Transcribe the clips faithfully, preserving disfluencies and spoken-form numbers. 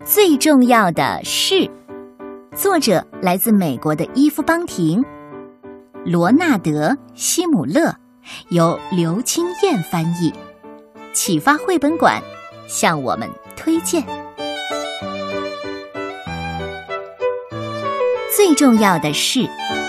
最重要的是，作者来自美国的伊夫邦廷，罗纳德·希姆勒，由刘清燕翻译，启发绘本馆向我们推荐。最重要的是，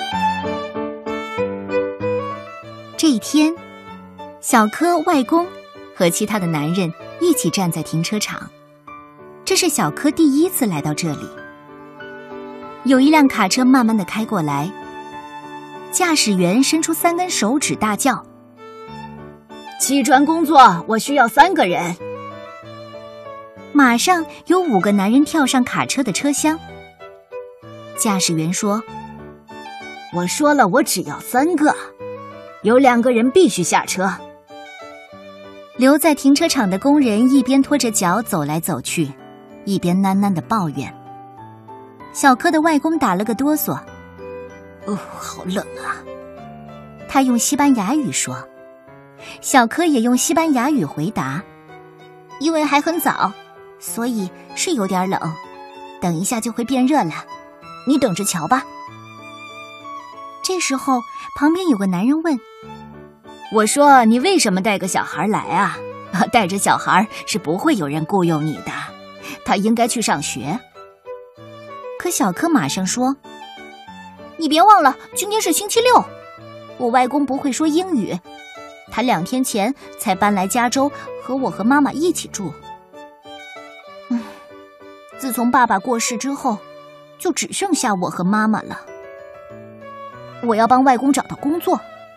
这一天，小柯外公和其他的男人一起站在停车场。这是小柯第一次来到这里。有一辆卡车慢慢地开过来，驾驶员伸出三根手指大叫： 砌砖工作我需要三个人。 马上有五个男人跳上卡车的车厢。驾驶员说： 我说了，我只要三个，有两个人必须下车。 留在停车场的工人一边拖着脚走来走去，一边喃喃地抱怨。小柯的外公打了个哆嗦： 哦，好冷啊。 他用西班牙语说。小柯也用西班牙语回答：因为还很早，所以是有点冷，等一下就会变热了，你等着瞧吧。这时候旁边有个男人问： 我说你为什么带个小孩来啊？带着小孩是不会有人雇佣你的，他应该去上学。 可小柯马上说：你别忘了，今天是星期六，我外公不会说英语，他两天前才搬来加州，和我和妈妈一起住。嗯，自从爸爸过世之后，就只剩下我和妈妈了。我要帮外公找到工作。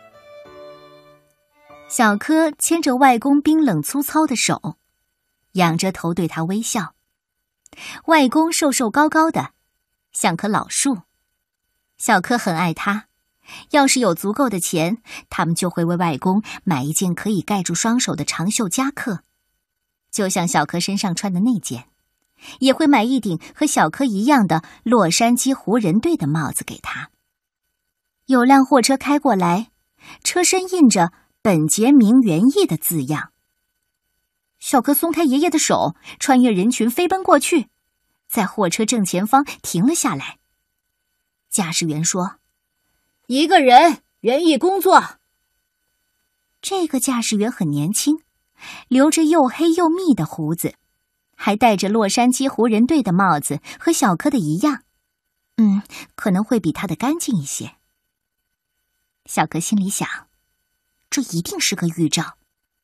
小柯牵着外公冰冷粗糙的手，仰着头对他微笑。外公瘦瘦高高的，像棵老树。小柯很爱他，要是有足够的钱，他们就会为外公买一件可以盖住双手的长袖夹克，就像小柯身上穿的那件，也会买一顶和小柯一样的洛杉矶湖人队的帽子给他。有辆货车开过来，车身印着本杰明园艺的字样。小柯松开爷爷的手，穿越人群飞奔过去，在货车正前方停了下来。驾驶员说： 一个人，园艺工作。 这个驾驶员很年轻，留着又黑又密的胡子，还戴着洛杉矶湖人队的帽子，和小柯的一样。嗯，可能会比他的干净一些。小柯心里想，这一定是个预兆。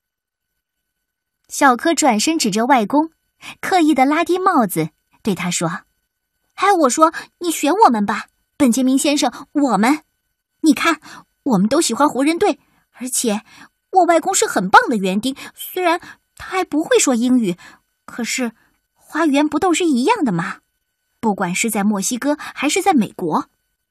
小柯转身指着外公，刻意的拉低帽子，对他说：哎，我说你选我们吧，本杰明先生，我们。你看，我们都喜欢湖人队，而且我外公是很棒的园丁，虽然他还不会说英语，可是花园不都是一样的吗？不管是在墨西哥还是在美国。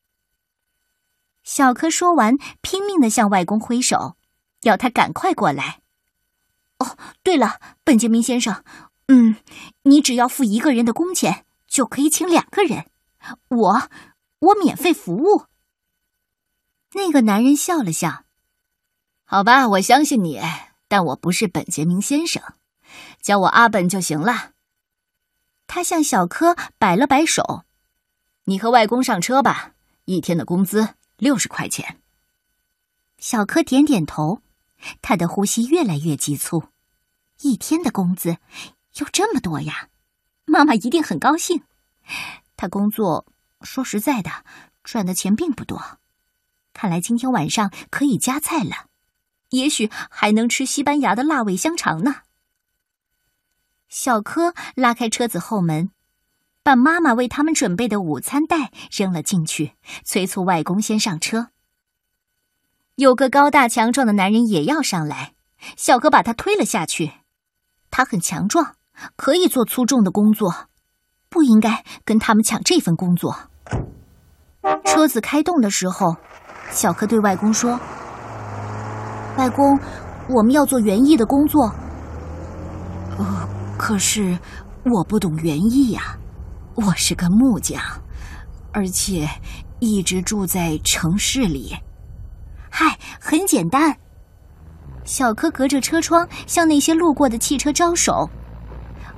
小柯说完，拼命地向外公挥手，要他赶快过来。哦，对了，本杰明先生，嗯，你只要付一个人的工钱，就可以请两个人。我，我免费服务。那个男人笑了笑。 好吧，我相信你，但我不是本杰明先生，叫我阿本就行了。 他向小柯摆了摆手。 你和外公上车吧，一天的工资六十块钱。 小柯点点头，他的呼吸越来越急促。一天的工资有这么多呀，妈妈一定很高兴。他工作，说实在的，赚的钱并不多。看来今天晚上可以加菜了，也许还能吃西班牙的辣味香肠呢。小柯拉开车子后门，把妈妈为他们准备的午餐袋扔了进去，催促外公先上车。有个高大强壮的男人也要上来，小柯把他推了下去。他很强壮，可以做粗重的工作，不应该跟他们抢这份工作。车子开动的时候，小柯对外公说：外公，我们要做园艺的工作。 呃，可是我不懂园艺呀，我是个木匠，而且一直住在城市里。 嗨，很简单。小柯隔着车窗向那些路过的汽车招手。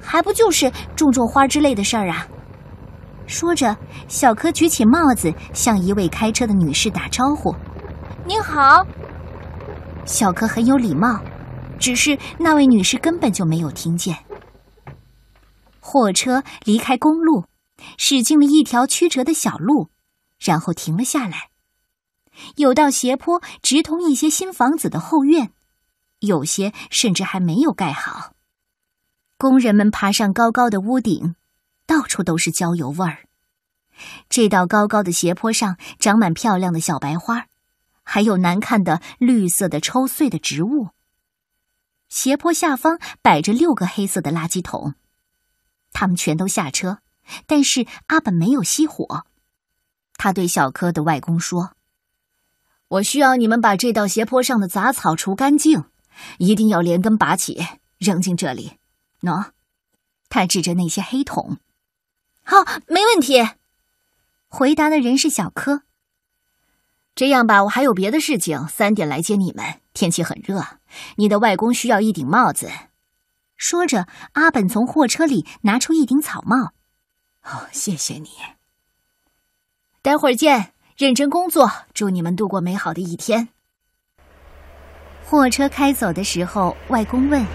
还不就是种种花之类的事儿啊。说着，小柯举起帽子，向一位开车的女士打招呼：“您好。”小柯很有礼貌，只是那位女士根本就没有听见。货车离开公路，驶进了一条曲折的小路，然后停了下来。有道斜坡直通一些新房子的后院，有些甚至还没有盖好。工人们爬上高高的屋顶，到处都是焦油味儿。这道高高的斜坡上长满漂亮的小白花，还有难看的绿色的抽穗的植物。斜坡下方摆着六个黑色的垃圾桶，他们全都下车，但是阿本没有熄火。他对小柯的外公说：“我需要你们把这道斜坡上的杂草除干净，一定要连根拔起，扔进这里。喏。”他指着那些黑桶。好，没问题。回答的人是小柯。这样吧，我还有别的事情，三点来接你们。天气很热，你的外公需要一顶帽子。说着，阿本从货车里拿出一顶草帽。哦，谢谢你。待会儿见，认真工作，祝你们度过美好的一天。货车开走的时候，外公问：“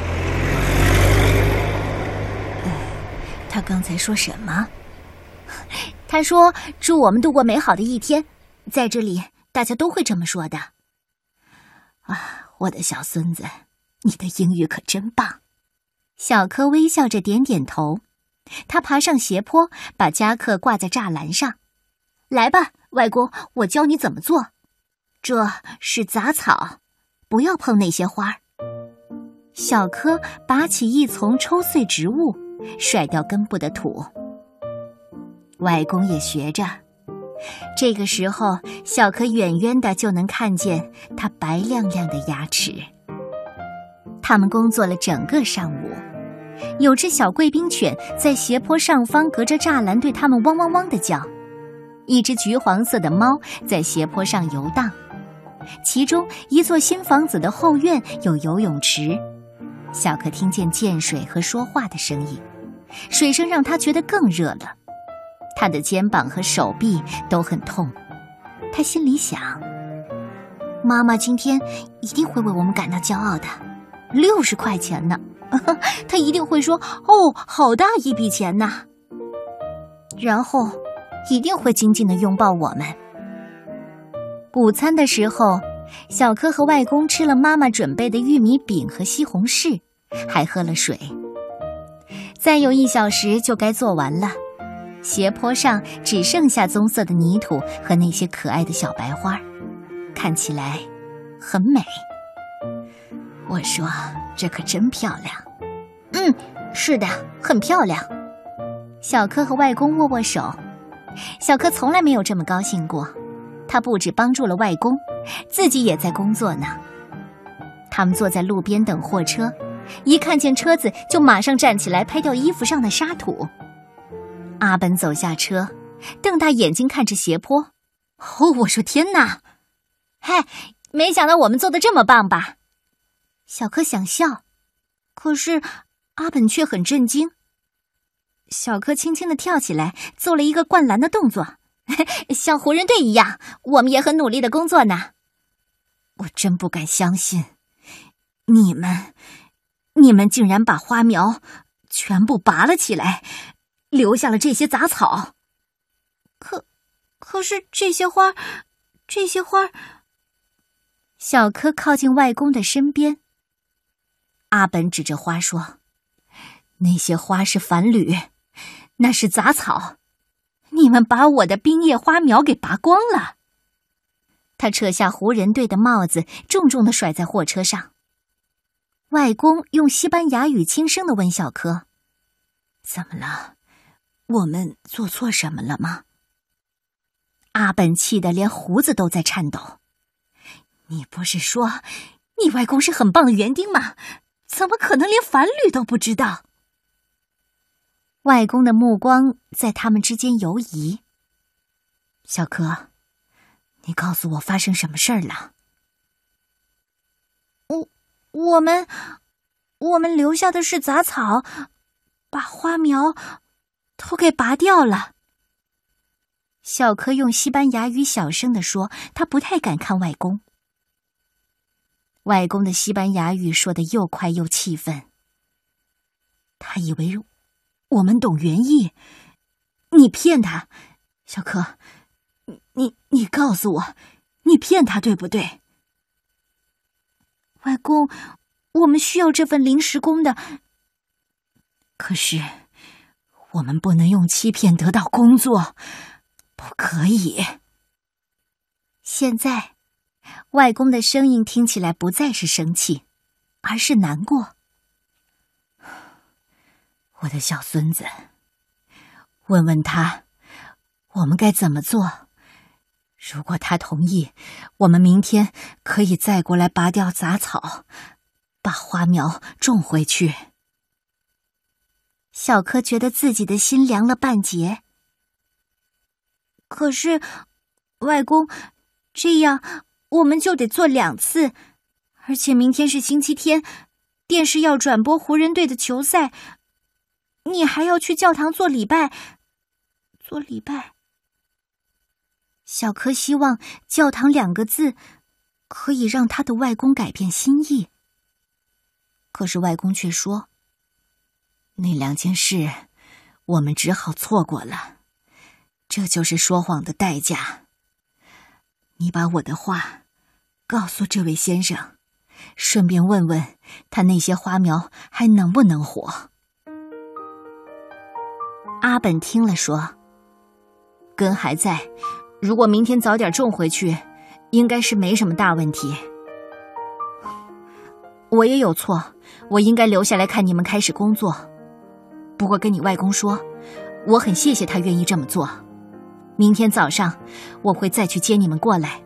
他刚才说什么？”他说：“祝我们度过美好的一天。”在这里，大家都会这么说的。啊，我的小孙子，你的英语可真棒！小柯微笑着点点头。他爬上斜坡，把夹克挂在栅栏上。来吧，外公，我教你怎么做。这是杂草，不要碰那些花。小柯拔起一丛抽穗植物，甩掉根部的土。外公也学着。这个时候，小柯远远的就能看见他白亮亮的牙齿。他们工作了整个上午，有只小贵宾犬在斜坡上方隔着栅栏对他们汪汪汪地叫，一只橘黄色的猫在斜坡上游荡。其中一座新房子的后院有游泳池，小柯听见溅水和说话的声音，水声让他觉得更热了。他的肩膀和手臂都很痛，他心里想：妈妈今天一定会为我们感到骄傲的，六十块钱呢，他一定会说：“哦，好大一笔钱呐！”然后一定会紧紧地拥抱我们。午餐的时候，小柯和外公吃了妈妈准备的玉米饼和西红柿，还喝了水。再有一小时就该做完了。斜坡上只剩下棕色的泥土和那些可爱的小白花，看起来很美。我说，这可真漂亮。嗯，是的，很漂亮。小柯和外公握握手。小柯从来没有这么高兴过，他不止帮助了外公，自己也在工作呢。他们坐在路边等货车，一看见车子就马上站起来拍掉衣服上的沙土。阿本走下车，瞪大眼睛看着斜坡。哦，我说天哪！嗨，没想到我们做得这么棒吧？小柯想笑，可是阿本却很震惊。小柯轻轻地跳起来，做了一个灌篮的动作，像湖人队一样。我们也很努力的工作呢。我真不敢相信，你们，你们竟然把花苗全部拔了起来，留下了这些杂草。可，可是这些花，这些花……小柯靠近外公的身边。阿本指着花说：“那些花是繁缕，那是杂草，你们把我的冰叶花苗给拔光了。”他扯下湖人队的帽子，重重地甩在货车上。外公用西班牙语轻声地问小柯：“怎么了？我们做错什么了吗？”阿本气得连胡子都在颤抖。你不是说你外公是很棒的园丁吗？怎么可能连繁缕都不知道？外公的目光在他们之间游移。小柯，你告诉我发生什么事儿了？我我们我们留下的是杂草， 把花苗都给拔掉了。 小柯用西班牙语小声地说，他不太敢看外公。外公的西班牙语说得又快又气愤。 他以为我们懂园艺，你骗他，小柯，你你告诉我，你骗他对不对？ 外公，我们需要这份临时工的。 可是，我们不能用欺骗得到工作，不可以。 现在，外公的声音听起来不再是生气，而是难过。 我的小孙子，问问他，我们该怎么做？如果他同意，我们明天可以再过来拔掉杂草，把花苗种回去。 小柯觉得自己的心凉了半截。可是，外公，这样我们就得做两次，而且明天是星期天，电视要转播湖人队的球赛，你还要去教堂做礼拜。做礼拜。小柯希望教堂两个字可以让他的外公改变心意。可是外公却说， 那两件事我们只好错过了，这就是说谎的代价。你把我的话告诉这位先生，顺便问问他那些花苗还能不能活。 阿本听了说， 根还在，如果明天早点种回去，应该是没什么大问题。我也有错，我应该留下来看你们开始工作。不过跟你外公说，我很谢谢他愿意这么做。明天早上我会再去接你们过来。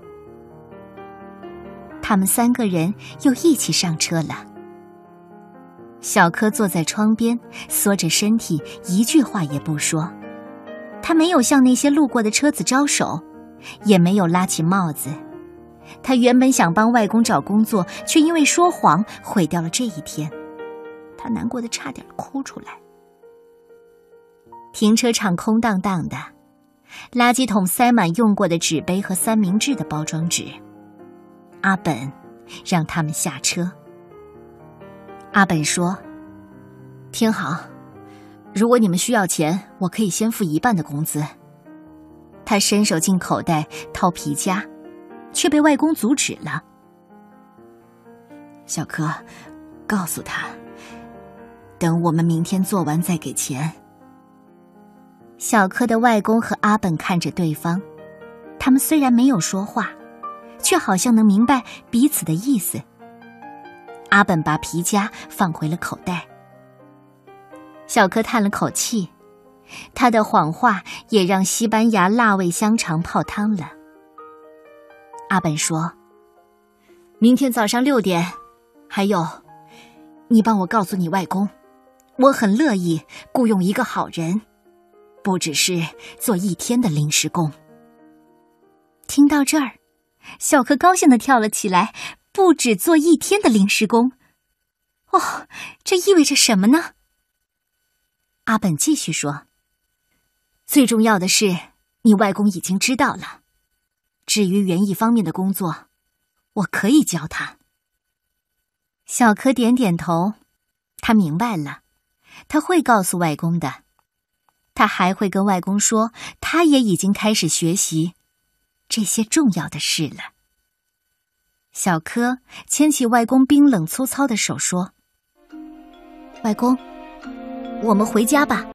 他们三个人又一起上车了。小柯坐在窗边，缩着身体，一句话也不说。他没有向那些路过的车子招手，也没有拉起帽子。他原本想帮外公找工作，却因为说谎毁掉了这一天。他难过的差点哭出来。停车场空荡荡的，垃圾桶塞满用过的纸杯和三明治的包装纸。阿本让他们下车。阿本说， 听好，如果你们需要钱，我可以先付一半的工资。 他伸手进口袋掏皮夹，却被外公阻止了。 小柯，告诉他，等我们明天做完再给钱。 小柯的外公和阿本看着对方，他们虽然没有说话，却好像能明白彼此的意思。阿本把皮夹放回了口袋。小柯叹了口气，他的谎话也让西班牙辣味香肠泡汤了。阿本说， 明天早上六点，还有，你帮我告诉你外公，我很乐意雇佣一个好人，不只是做一天的临时工。 听到这儿，小柯高兴地跳了起来，不只做一天的临时工。哦，这意味着什么呢？阿本继续说， 最重要的是，你外公已经知道了。至于园艺方面的工作，我可以教他。 小柯点点头，他明白了，他会告诉外公的。他还会跟外公说，他也已经开始学习这些重要的事了。小柯牵起外公冰冷粗糙的手说，外公，我们回家吧。